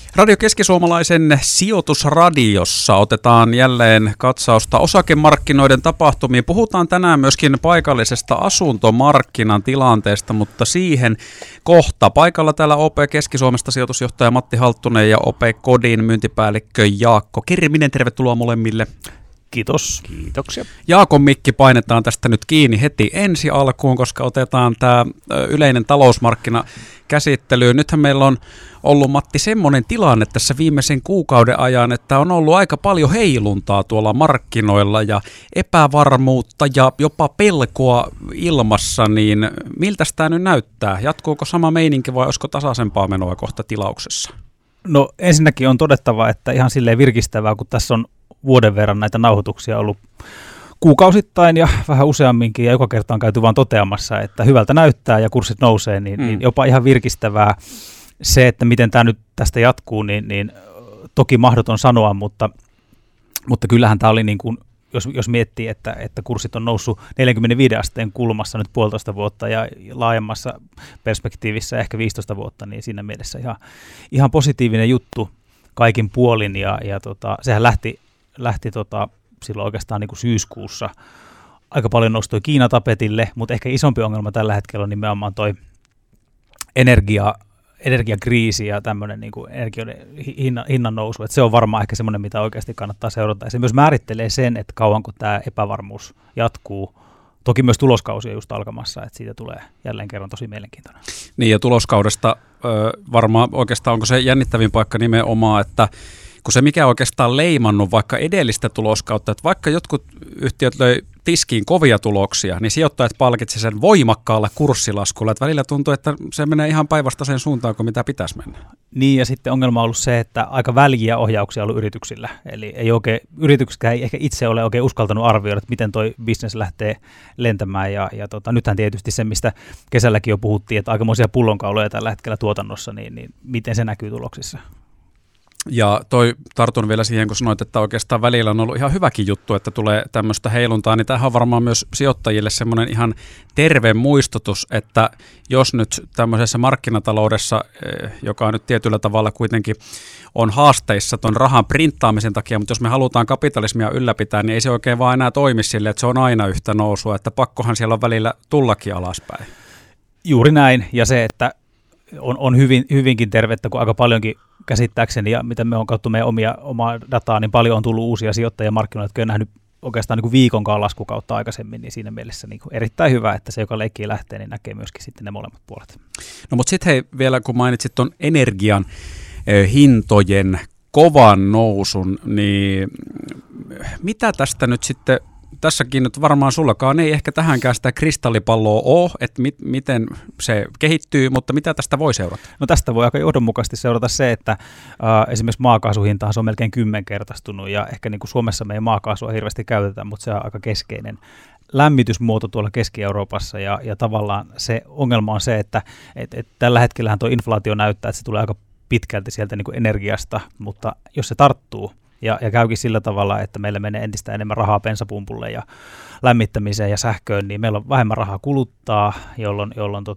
Radio Keskisuomalaisen sijoitusradiossa otetaan jälleen katsausta osakemarkkinoiden tapahtumiin. Puhutaan tänään myöskin paikallisesta asuntomarkkinan tilanteesta, mutta siihen kohta. Paikalla täällä OP Keski-Suomesta sijoitusjohtaja Matti Halttunen ja OP Kodin myyntipäällikkö Jaakko Kirminen. Tervetuloa molemmille. Kiitos. Kiitoksia. Jaakon mikki painetaan tästä nyt kiinni heti ensi alkuun, koska otetaan tämä yleinen talousmarkkina käsittelyyn. Nythän meillä on ollut, Matti, semmoinen tilanne tässä viimeisen kuukauden ajan, että on ollut aika paljon heiluntaa tuolla markkinoilla ja epävarmuutta ja jopa pelkoa ilmassa, niin miltä tämä nyt näyttää? Jatkuuko sama meininki vai olisiko tasaisempaa menoa kohta tilauksessa? No ensinnäkin on todettava, että ihan silleen virkistävää, kun tässä on vuoden verran näitä nauhoituksia ollut kuukausittain ja vähän useamminkin, ja joka kerta on käyty vaan toteamassa, että hyvältä näyttää ja kurssit nousee, niin jopa ihan virkistävää se, että miten tämä nyt tästä jatkuu, niin toki mahdoton sanoa, mutta kyllähän tämä oli niin kuin, jos miettii, että kurssit on noussut 45 asteen kulmassa nyt 1,5 vuotta ja laajemmassa perspektiivissä ehkä 15 vuotta, niin siinä mielessä ihan positiivinen juttu kaikin puolin, ja sehän lähti silloin oikeastaan niin kuin syyskuussa aika paljon noustui Kiina tapetille, mutta ehkä isompi ongelma tällä hetkellä on nimenomaan toi energiakriisi ja tämmöinen niin kuin energian hinnan nousu. Että se on varmaan ehkä semmoinen, mitä oikeasti kannattaa seurata. Ja se myös määrittelee sen, että kauanko tämä epävarmuus jatkuu. Toki myös tuloskausi on just alkamassa, että siitä tulee jälleen kerran tosi mielenkiintoinen. Niin, ja tuloskaudesta varmaan oikeastaan onko se jännittävin paikka nimenomaan, että kun se mikä oikeastaan leimannut vaikka edellistä tuloskautta, että vaikka jotkut yhtiöt löi tiskiin kovia tuloksia, niin sijoittajat palkitsi sen voimakkaalla kurssilaskulla, että välillä tuntuu, että se menee ihan päinvastaiseen suuntaan kuin mitä pitäisi mennä. Niin, ja sitten ongelma on ollut se, että aika väljiä ohjauksia on ollut yrityksillä, eli yrityksetkä ei ehkä itse ole oikein uskaltanut arvioida, että miten toi business lähtee lentämään, ja nythän tietysti se, mistä kesälläkin jo puhuttiin, että aikamoisia pullonkauloja tällä hetkellä tuotannossa, niin miten se näkyy tuloksissa? Ja tartun vielä siihen, kun sanoit, että oikeastaan välillä on ollut ihan hyväkin juttu, että tulee tämmöistä heiluntaa, niin tämähän on varmaan myös sijoittajille semmoinen ihan terve muistutus, että jos nyt tämmöisessä markkinataloudessa, joka nyt tietyllä tavalla kuitenkin on haasteissa ton rahan printtaamisen takia, mutta jos me halutaan kapitalismia ylläpitää, niin ei se oikein vaan enää toimi sille, että se on aina yhtä nousua, että pakkohan siellä on välillä tullakin alaspäin. Juuri näin, ja se, että on hyvinkin tervettä, kun aika paljonkin käsittääkseni, ja mitä me on katsottu meidän omaa dataa, niin paljon on tullut uusia sijoittajia markkinoille, jotka on nähnyt oikeastaan niin kuin viikonkaan laskukautta aikaisemmin, niin siinä mielessä niin kuin erittäin hyvä, että se, joka leikkii lähtee, niin näkee myöskin sitten ne molemmat puolet. No mutta sitten hei, vielä kun mainitsit tuon energian hintojen kovan nousun, niin mitä tästä nyt sitten, tässäkin nyt varmaan sullakaan ei ehkä tähänkään sitä kristallipalloa ole, että miten se kehittyy, mutta mitä tästä voi seurata? No tästä voi aika johdonmukaisesti seurata se, että esimerkiksi maakaasuhintahan se on melkein 10-kertaistunut, ja ehkä niin kuin Suomessa me ei maakaasua hirveästi käytetä, mutta se on aika keskeinen lämmitysmuoto tuolla Keski-Euroopassa, ja tavallaan se ongelma on se, että tällä hetkellähän tuo inflaatio näyttää, että se tulee aika pitkälti sieltä niin kuin energiasta, mutta jos se tarttuu, ja käykin sillä tavalla, että meillä menee entistä enemmän rahaa bensapumpulle ja lämmittämiseen ja sähköön, niin meillä on vähemmän rahaa kuluttaa, jolloin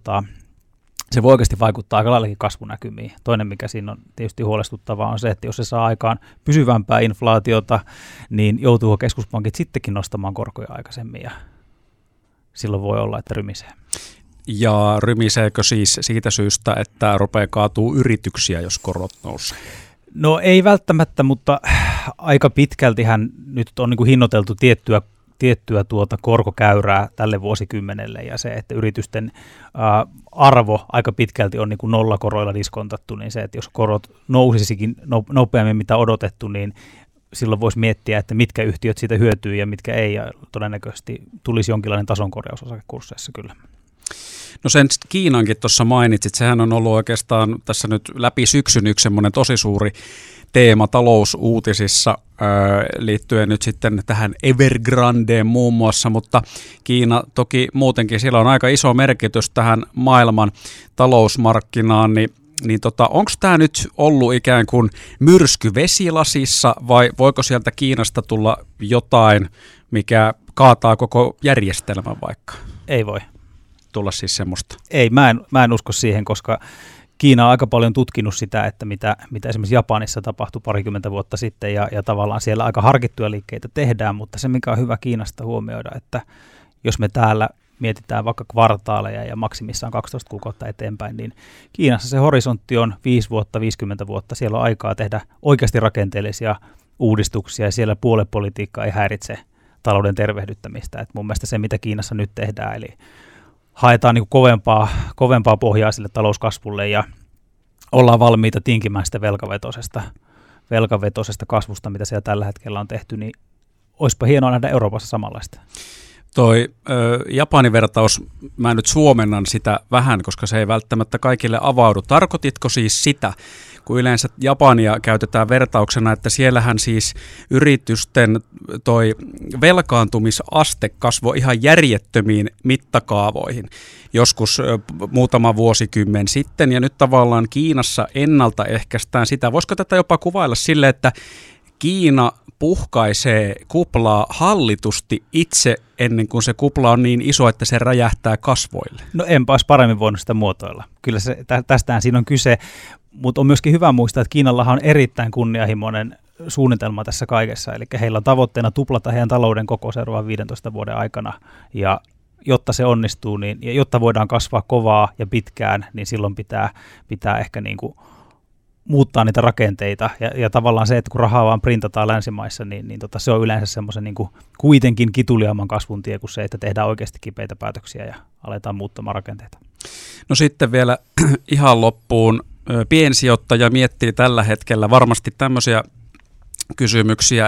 se voi oikeasti vaikuttaa aika laillakin kasvunäkymiin. Toinen, mikä siinä on tietysti huolestuttavaa, on se, että jos se saa aikaan pysyvämpää inflaatiota, niin joutuuko keskuspankit sittenkin nostamaan korkoja aikaisemmin, ja silloin voi olla, että rymisee. Ja rymiseekö siis siitä syystä, että rupeaa kaatuu yrityksiä, jos korot nousee? No ei välttämättä, mutta aika pitkältihän nyt on niin kuin hinnoiteltu tiettyä korkokäyrää tälle vuosikymmenelle, ja se, että yritysten arvo aika pitkälti on niin kuin nollakoroilla diskontattu, niin se, että jos korot nousisikin nopeammin mitä odotettu, niin silloin voisi miettiä, että mitkä yhtiöt siitä hyötyy ja mitkä ei, ja todennäköisesti tulisi jonkinlainen tasonkorjaus osakekursseissa kyllä. No sen Kiinankin tuossa mainitsit, sehän on ollut oikeastaan tässä nyt läpi syksyn yksi semmoinen tosi suuri teema talousuutisissa liittyen nyt sitten tähän Evergrandeen muun muassa, mutta Kiina toki muutenkin, siellä on aika iso merkitys tähän maailman talousmarkkinaan, niin onko tämä nyt ollut ikään kuin myrsky vesilasissa vai voiko sieltä Kiinasta tulla jotain, mikä kaataa koko järjestelmän vaikka? Ei voi tulla siis semmoista. Ei, mä en usko siihen, koska Kiina on aika paljon tutkinut sitä, että mitä esimerkiksi Japanissa tapahtui parikymmentä vuotta sitten, ja tavallaan siellä aika harkittuja liikkeitä tehdään, mutta se mikä on hyvä Kiinasta huomioida, että jos me täällä mietitään vaikka kvartaaleja ja maksimissaan 12 kuukautta eteenpäin, niin Kiinassa se horisontti on 5 vuotta, 50 vuotta. Siellä on aikaa tehdä oikeasti rakenteellisia uudistuksia ja siellä puoluepolitiikka ei häiritse talouden tervehdyttämistä. Et mun mielestä se, mitä Kiinassa nyt tehdään, eli haetaan niin kuin kovempaa pohjaa sille talouskasvulle ja ollaan valmiita tinkimään sitä velkavetoisesta kasvusta, mitä siellä tällä hetkellä on tehty, niin olisipa hienoa nähdä Euroopassa samanlaista. Toi Japanin vertaus, mä nyt suomennan sitä vähän, koska se ei välttämättä kaikille avaudu. Tarkoititko siis sitä, kun yleensä Japania käytetään vertauksena, että siellähän siis yritysten toi velkaantumisaste kasvoi ihan järjettömiin mittakaavoihin joskus muutama vuosikymmen sitten, ja nyt tavallaan Kiinassa ennaltaehkäistään sitä. Voisiko tätä jopa kuvailla sille, että Kiina puhkaisee kuplaa hallitusti itse ennen kuin se kupla on niin iso, että se räjähtää kasvoille? No enpä olisi paremmin voinut sitä muotoilla. Kyllä tästähän siinä on kyse, mutta on myöskin hyvä muistaa, että Kiinallahan on erittäin kunnianhimoinen suunnitelma tässä kaikessa. Eli heillä on tavoitteena tuplata heidän talouden koko seuraavan 15 vuoden aikana. Ja jotta se onnistuu, niin, ja jotta voidaan kasvaa kovaa ja pitkään, niin silloin pitää ehkä niin kuin muuttaa niitä rakenteita, ja tavallaan se, että kun rahaa vaan printataan länsimaissa, niin se on yleensä semmoisen niin kuin kuitenkin kituliaamman kasvun tie kuin se, että tehdään oikeasti kipeitä päätöksiä ja aletaan muuttamaan rakenteita. No sitten vielä ihan loppuun, piensijoittaja miettii tällä hetkellä varmasti tämmöisiä kysymyksiä,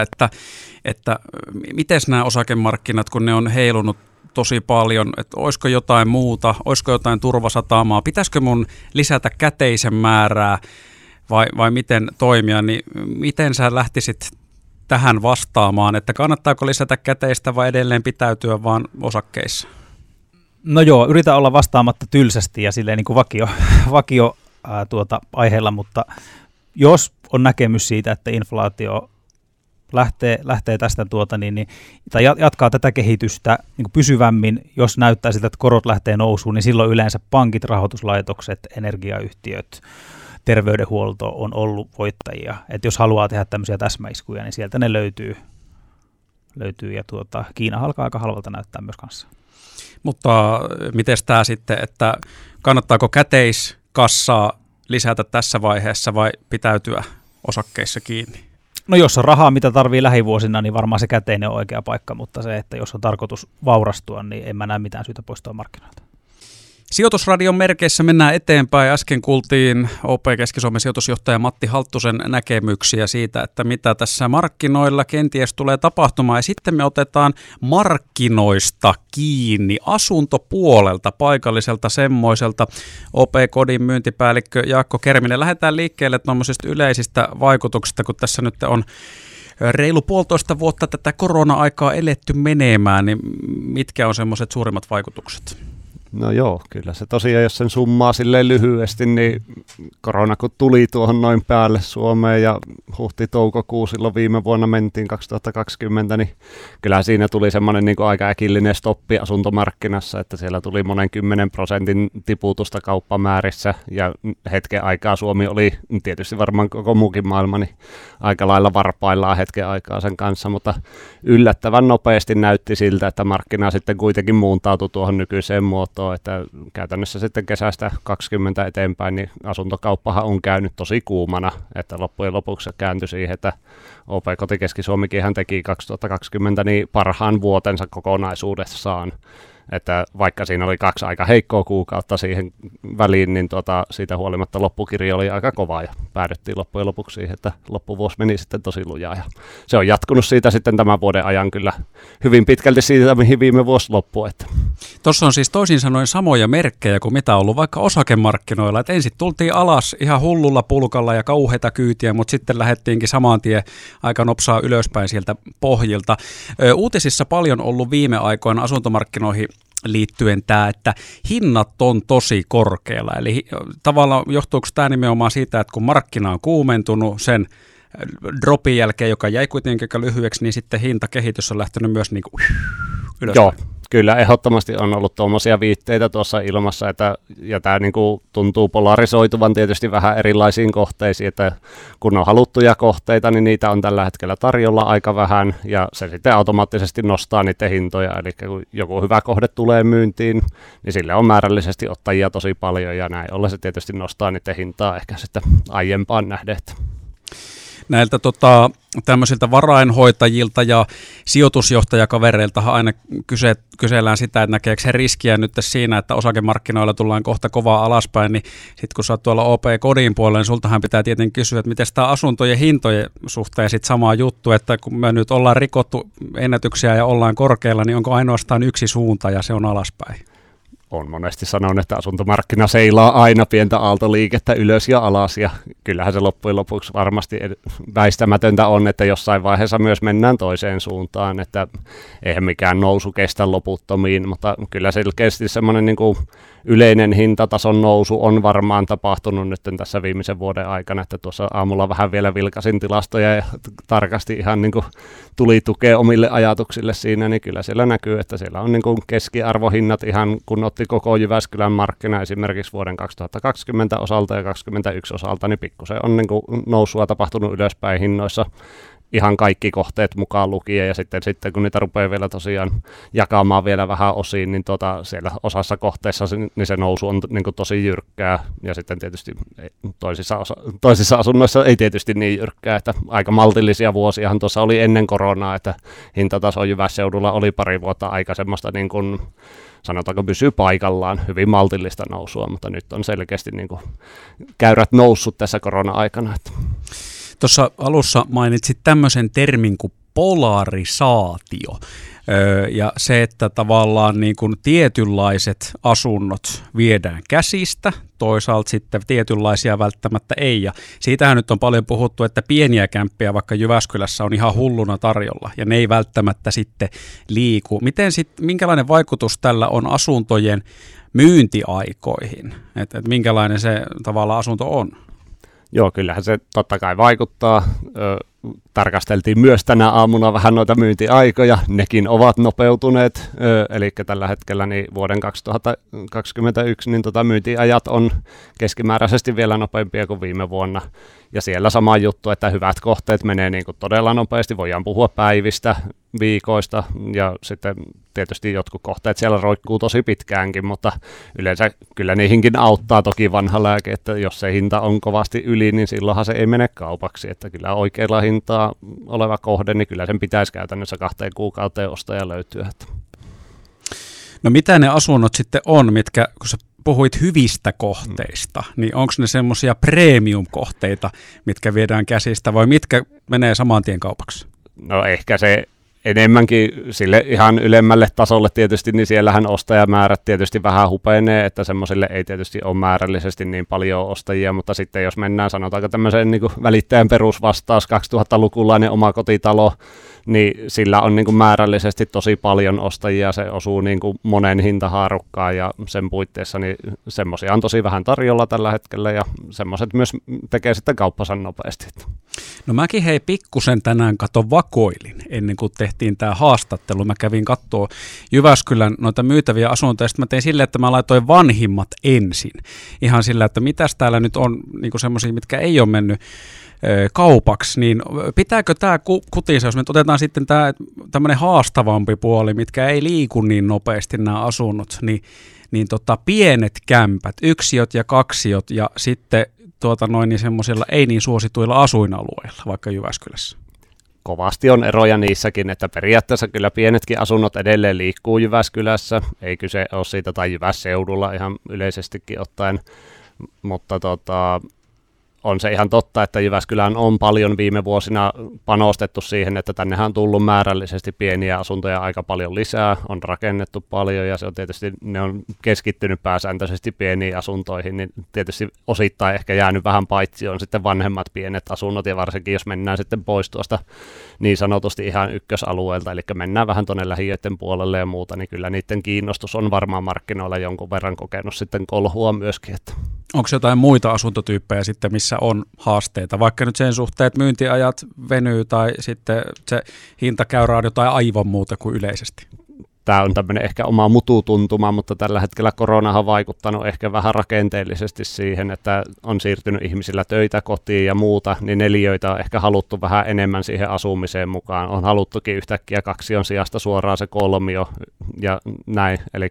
että miten nämä osakemarkkinat, kun ne on heilunut tosi paljon, että olisiko jotain muuta, olisiko jotain turvasatamaa, pitäisikö mun lisätä käteisen määrää, vai miten toimia, niin miten sä lähtisit tähän vastaamaan, että kannattaako lisätä käteistä vai edelleen pitäytyä vaan osakkeissa? No joo, yritän olla vastaamatta tylsästi ja silleen niin kuin vakio aiheella, mutta jos on näkemys siitä, että inflaatio lähtee tästä tai jatkaa tätä kehitystä niin kuin pysyvämmin, jos näyttää siltä, että korot lähtee nousuun, niin silloin yleensä pankit, rahoituslaitokset, energiayhtiöt, terveydenhuolto on ollut voittajia. Että jos haluaa tehdä tämmöisiä täsmäiskuja, niin sieltä ne löytyy ja Kiina alkaa aika halvalta näyttää myös kanssa. Mutta miten tämä sitten, että kannattaako käteiskassaa lisätä tässä vaiheessa vai pitäytyä osakkeissa kiinni? No jos on rahaa, mitä tarvii lähivuosina, niin varmaan se käteinen on oikea paikka, mutta se, että jos on tarkoitus vaurastua, niin en mä näe mitään syytä poistua markkinoilta. Sijoitusradion merkeissä mennään eteenpäin. Äsken kuultiin OP Keski-Suomen sijoitusjohtaja Matti Halttusen näkemyksiä siitä, että mitä tässä markkinoilla kenties tulee tapahtumaan. Ja sitten me otetaan markkinoista kiinni asuntopuolelta, paikalliselta semmoiselta. OP Kodin myyntipäällikkö Jaakko Kerminen. Lähdetään liikkeelle tuommoisista yleisistä vaikutuksista, kun tässä nyt on reilu 1,5 vuotta tätä korona-aikaa eletty menemään, niin mitkä on semmoiset suurimmat vaikutukset? No joo, kyllä se tosiaan, jos sen summaa silleen lyhyesti, niin korona kun tuli tuohon noin päälle Suomeen ja huhti-toukokuu silloin viime vuonna mentiin 2020, niin kyllä siinä tuli semmoinen niin kuin aika äkillinen stoppi asuntomarkkinassa, että siellä tuli monen 10% tiputusta kauppamäärissä ja hetken aikaa Suomi oli tietysti varmaan koko muukin maailma niin aika lailla varpaillaan hetken aikaa sen kanssa, mutta yllättävän nopeasti näytti siltä, että markkina sitten kuitenkin muuntautui tuohon nykyiseen muotoon, että käytännössä sitten kesästä 20 eteenpäin, niin asuntokauppahan on käynyt tosi kuumana, että loppujen lopuksi kääntyi siihen, että OP Koti Keski-Suomikin hän teki 2020 niin parhaan vuotensa kokonaisuudessaan, että vaikka siinä oli 2 aika heikkoa kuukautta siihen väliin, niin siitä huolimatta loppukirja oli aika kova ja päädyttiin loppujen lopuksi siihen, että loppuvuosi meni sitten tosi lujaa ja se on jatkunut siitä sitten tämän vuoden ajan kyllä hyvin pitkälti siitä, mihin viime vuosi loppui. Tuossa on siis toisin sanoen samoja merkkejä kuin mitä on ollut vaikka osakemarkkinoilla, että ensin tultiin alas ihan hullulla pulkalla ja kauheita kyytiä, mutta sitten lähdettiinkin saman tien aika nopsaa ylöspäin sieltä pohjilta. Uutisissa paljon ollut viime aikoina asuntomarkkinoihin liittyen tämä, että hinnat on tosi korkealla. Eli tavallaan johtuuko tämä nimenomaan siitä, että kun markkina on kuumentunut sen dropin jälkeen, joka jäi kuitenkin aika lyhyeksi, niin sitten hintakehitys on lähtenyt myös niin kuin ylöspäin. Joo, Kyllä, ehdottomasti on ollut tuommoisia viitteitä tuossa ilmassa, ja tämä niinku tuntuu polarisoituvan tietysti vähän erilaisiin kohteisiin, että kun on haluttuja kohteita, niin niitä on tällä hetkellä tarjolla aika vähän, ja se sitten automaattisesti nostaa niiden hintoja, eli kun joku hyvä kohde tulee myyntiin, niin sille on määrällisesti ottajia tosi paljon, ja näin ollen se tietysti nostaa niiden hintaa ehkä sitten aiempaan nähden. Näiltä tämmöisiltä varainhoitajilta ja sijoitusjohtajakavereiltahan aina kysellään sitä, että näkeekö he riskiä nyt siinä, että osakemarkkinoilla tullaan kohta kovaa alaspäin, niin sitten kun sä oot tuolla OP-kodin puolella, niin sultahan pitää tietenkin kysyä, että miten tämä asuntojen hintojen suhteen sitten sama juttu, että kun me nyt ollaan rikottu ennätyksiä ja ollaan korkealla, niin onko ainoastaan yksi suunta ja se on alaspäin? On monesti sanonut, että asuntomarkkina seilaa aina pientä aaltoliikettä ylös ja alas, ja kyllähän se loppujen lopuksi varmasti väistämätöntä on, että jossain vaiheessa myös mennään toiseen suuntaan, että eihän mikään nousu kestä loputtomiin, mutta kyllä selkeästi semmoinen niin kuin yleinen hintatason nousu on varmaan tapahtunut nyt tässä viimeisen vuoden aikana, että tuossa aamulla vähän vielä vilkasin tilastoja ja tarkasti ihan niin kuin tuli tukea omille ajatuksille siinä, niin kyllä siellä näkyy, että siellä on niin kuin keskiarvohinnat ihan, kun otti koko Jyväskylän markkina esimerkiksi vuoden 2020 osalta ja 2021 osalta, niin pikkusen on niin kuin nousua tapahtunut ylöspäin hinnoissa. Ihan kaikki kohteet mukaan lukien, ja sitten kun niitä rupeaa vielä tosiaan jakamaan vielä vähän osiin, niin siellä osassa kohteissa niin se nousu on niin kuin tosi jyrkkää, ja sitten tietysti toisissa asunnoissa ei tietysti niin jyrkkää, että aika maltillisia vuosiahan tuossa oli ennen koronaa, että hintataso Jyvässeudulla oli pari vuotta aika semmoista niin kuin, sanotaanko pysyy paikallaan, hyvin maltillista nousua, mutta nyt on selkeästi niin kuin käyrät noussut tässä korona-aikana. Tuossa alussa mainitsit tämmöisen termin kuin polarisaatio, ja se, että tavallaan niin kuin tietynlaiset asunnot viedään käsistä, toisaalta sitten tietynlaisia välttämättä ei, ja siitähän nyt on paljon puhuttu, että pieniä kämppiä vaikka Jyväskylässä on ihan hulluna tarjolla, ja ne ei välttämättä sitten liiku. Minkälainen vaikutus tällä on asuntojen myyntiaikoihin, että minkälainen se tavallaan asunto on? Joo, kyllähän se totta kai vaikuttaa. Tarkasteltiin myös tänä aamuna vähän noita myyntiaikoja. Nekin ovat nopeutuneet, eli tällä hetkellä niin vuoden 2021 niin myyntiajat on keskimääräisesti vielä nopeampia kuin viime vuonna. Ja siellä sama juttu, että hyvät kohteet menee niin kuin todella nopeasti. Voidaan puhua päivistä, viikoista, ja sitten tietysti jotkut kohteet siellä roikkuu tosi pitkäänkin, mutta yleensä kyllä niihinkin auttaa toki vanha lääke, että jos se hinta on kovasti yli, niin silloinhan se ei mene kaupaksi, että kyllä oikealla hintaa oleva kohde, niin kyllä sen pitäisi käytännössä 2 kuukauteen ostaja löytyä. No mitä ne asunnot sitten on, mitkä, kun sä puhuit hyvistä kohteista, niin onko ne semmoisia premium-kohteita, mitkä viedään käsistä, vai mitkä menee saman tien kaupaksi? No ehkä se enemmänkin sille ihan ylemmälle tasolle tietysti, niin siellähän ostajamäärät tietysti vähän hupenee, että semmoisille ei tietysti ole määrällisesti niin paljon ostajia, mutta sitten jos mennään, sanotaanko tämmöiseen niin kuin välittäjän perusvastaus 2000-lukulainen oma kotitalo, niin sillä on niin kuin määrällisesti tosi paljon ostajia, se osuu niin kuin monen hintahaarukkaan, ja sen puitteissa niin semmoisia on tosi vähän tarjolla tällä hetkellä, ja semmoiset myös tekee sitten kauppansa nopeasti. No mäkin pikkusen tänään vakoilin ennen kuin tehtiin tämä haastattelu. Mä kävin katsoa Jyväskylän noita myytäviä asuntoja, sitten mä tein silleen, että mä laitoin vanhimmat ensin. Ihan sillä, että mitäs täällä nyt on niin semmoisia, mitkä ei ole mennyt kaupaksi, niin pitääkö tämä kutinsa, jos me otetaan sitten tämmöinen haastavampi puoli, mitkä ei liiku niin nopeasti nämä asunnot, niin pienet kämpät, yksiöt ja kaksiot ja sitten niin semmoisilla ei niin suosituilla asuinalueilla, vaikka Jyväskylässä. Kovasti on eroja niissäkin, että periaatteessa kyllä pienetkin asunnot edelleen liikkuu Jyväskylässä, ei kyse ole siitä tai Jyvässeudulla ihan yleisestikin ottaen, mutta on se ihan totta, että Jyväskylään on paljon viime vuosina panostettu siihen, että tännehän on tullut määrällisesti pieniä asuntoja aika paljon lisää, on rakennettu paljon, ja se on tietysti, ne on keskittynyt pääsääntöisesti pieniin asuntoihin, niin tietysti osittain ehkä jäänyt vähän paitsi on sitten vanhemmat pienet asunnot, ja varsinkin jos mennään sitten pois tuosta niin sanotusti ihan ykkösalueelta, eli mennään vähän tuonne lähiöiden puolelle ja muuta, niin kyllä niiden kiinnostus on varmaan markkinoilla jonkun verran kokenut sitten kolhua myöskin. Että. Onko jotain muita asuntotyyppejä sitten, missä on haasteita, vaikka nyt sen suhteen, että myyntiajat venyy tai sitten se hintakäyrä on jotain aivan muuta kuin yleisesti? tämä on tämmöinen ehkä oma mututuntuma, mutta tällä hetkellä koronahan on vaikuttanut ehkä vähän rakenteellisesti siihen, että on siirtynyt ihmisillä töitä kotiin ja muuta, niin neliöitä on ehkä haluttu vähän enemmän siihen asumiseen mukaan. On haluttukin yhtäkkiä 2 sijasta suoraan se 3 ja näin, eli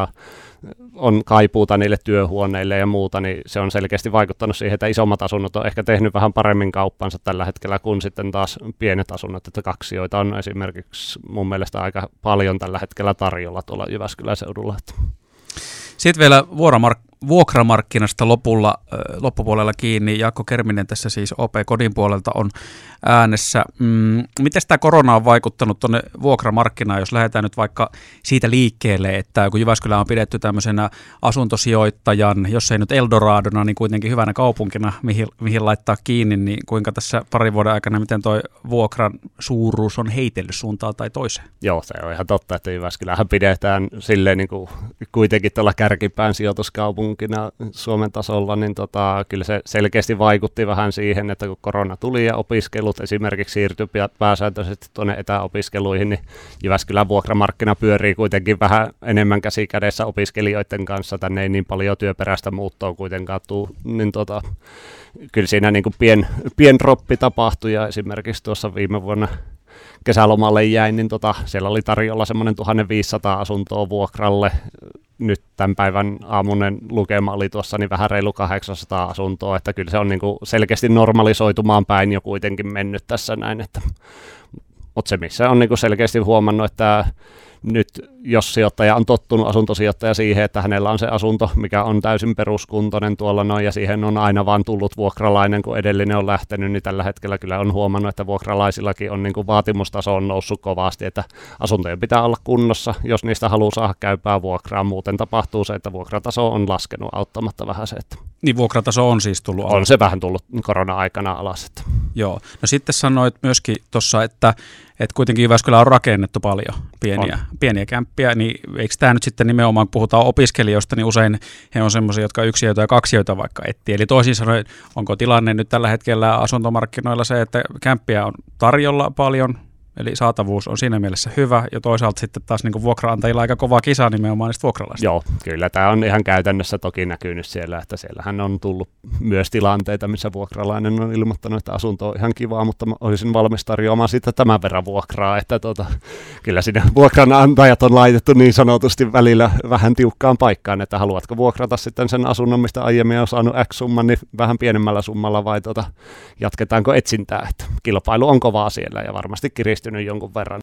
on kaipuuta niille työhuoneille ja muuta, niin se on selkeästi vaikuttanut siihen, että isommat asunnot on ehkä tehnyt vähän paremmin kauppansa tällä hetkellä kuin sitten taas pienet asunnot, että 2 on esimerkiksi mun mielestä aika paljon tällä hetkellä tarjolla tuolla Jyväskylän seudulla. Sitten vielä vuokramarkkinasta loppupuolella kiinni. Jaakko Kerminen tässä siis OP Kodin puolelta on äänessä. Miten tämä korona on vaikuttanut tuonne vuokramarkkinaan, jos lähdetään nyt vaikka siitä liikkeelle, että kun Jyväskylä on pidetty tämmöisenä asuntosijoittajan, jos ei nyt Eldoradona, niin kuitenkin hyvänä kaupunkina, mihin laittaa kiinni, niin kuinka tässä parin vuoden aikana, miten tuo vuokran suuruus on heitellyt suuntaan tai toiseen? Joo, se on ihan totta, että Jyväskylähän pidetään silleen niin kuin kuitenkin tuolla kärkipään sijoituskaupunkina Suomen tasolla, niin kyllä se selkeästi vaikutti vähän siihen, että kun korona tuli ja opiskelut esimerkiksi siirtyi pääsääntöisesti tuonne etäopiskeluihin, niin Jyväskylän vuokramarkkina pyörii kuitenkin vähän enemmän käsi kädessä opiskelijoiden kanssa. Tänne ei niin paljon työperäistä muuttoa kuitenkaan tule, niin kyllä siinä niin kuin pien droppi tapahtui ja esimerkiksi tuossa viime vuonna kesälomalle jäin, niin siellä oli tarjolla semmoinen 1500 asuntoa vuokralle. Nyt tämän päivän aamunen lukema oli tuossa niin vähän reilu 800 asuntoa, että kyllä se on niin kuin selkeästi normalisoitumaan päin jo kuitenkin mennyt tässä näin. Mutta se missä on niin kuin selkeästi huomannut, että nyt jos sijoittaja on tottunut asuntosijoittaja siihen, että hänellä on se asunto, mikä on täysin peruskuntoinen tuolla noin, ja siihen on aina vaan tullut vuokralainen, kun edellinen on lähtenyt, niin tällä hetkellä kyllä on huomannut, että vuokralaisillakin on niin kuin vaatimustaso on noussut kovasti, että asuntojen pitää olla kunnossa, jos niistä haluaa saada käypää vuokraa, muuten tapahtuu se, että vuokrataso on laskenut auttamatta vähän se, että niin vuokrataso on siis tullut alas. On se vähän tullut korona-aikana alas. Että. Joo, no sitten sanoit myöskin tuossa, että kuitenkin Jyväskylä on rakennettu paljon pieniä kämppiä, niin eikö tämä nyt sitten nimenomaan, kun puhutaan opiskelijoista, niin usein he on semmoisia, jotka yksiöitä ja kaksiöitä vaikka etsii. Eli toisin sanoen, onko tilanne nyt tällä hetkellä asuntomarkkinoilla se, että kämppiä on tarjolla paljon, eli saatavuus on siinä mielessä hyvä, ja toisaalta sitten taas niin kuin vuokraantajilla aika kova kisa nimenomaan niistä vuokralaisista. Joo, kyllä tämä on ihan käytännössä toki näkynyt siellä, että siellähän on tullut myös tilanteita, missä vuokralainen on ilmoittanut, että asunto on ihan kivaa, mutta olisin valmis tarjoamaan siitä tämän verran vuokraa, että kyllä siinä vuokranantajat on laitettu niin sanotusti välillä vähän tiukkaan paikkaan, että haluatko vuokrata sitten sen asunnon, mistä aiemmin on saanut X summan, niin vähän pienemmällä summalla vai jatketaanko etsintää, että kilpailu on kovaa siellä ja varmasti kiristynyt jonkun verran.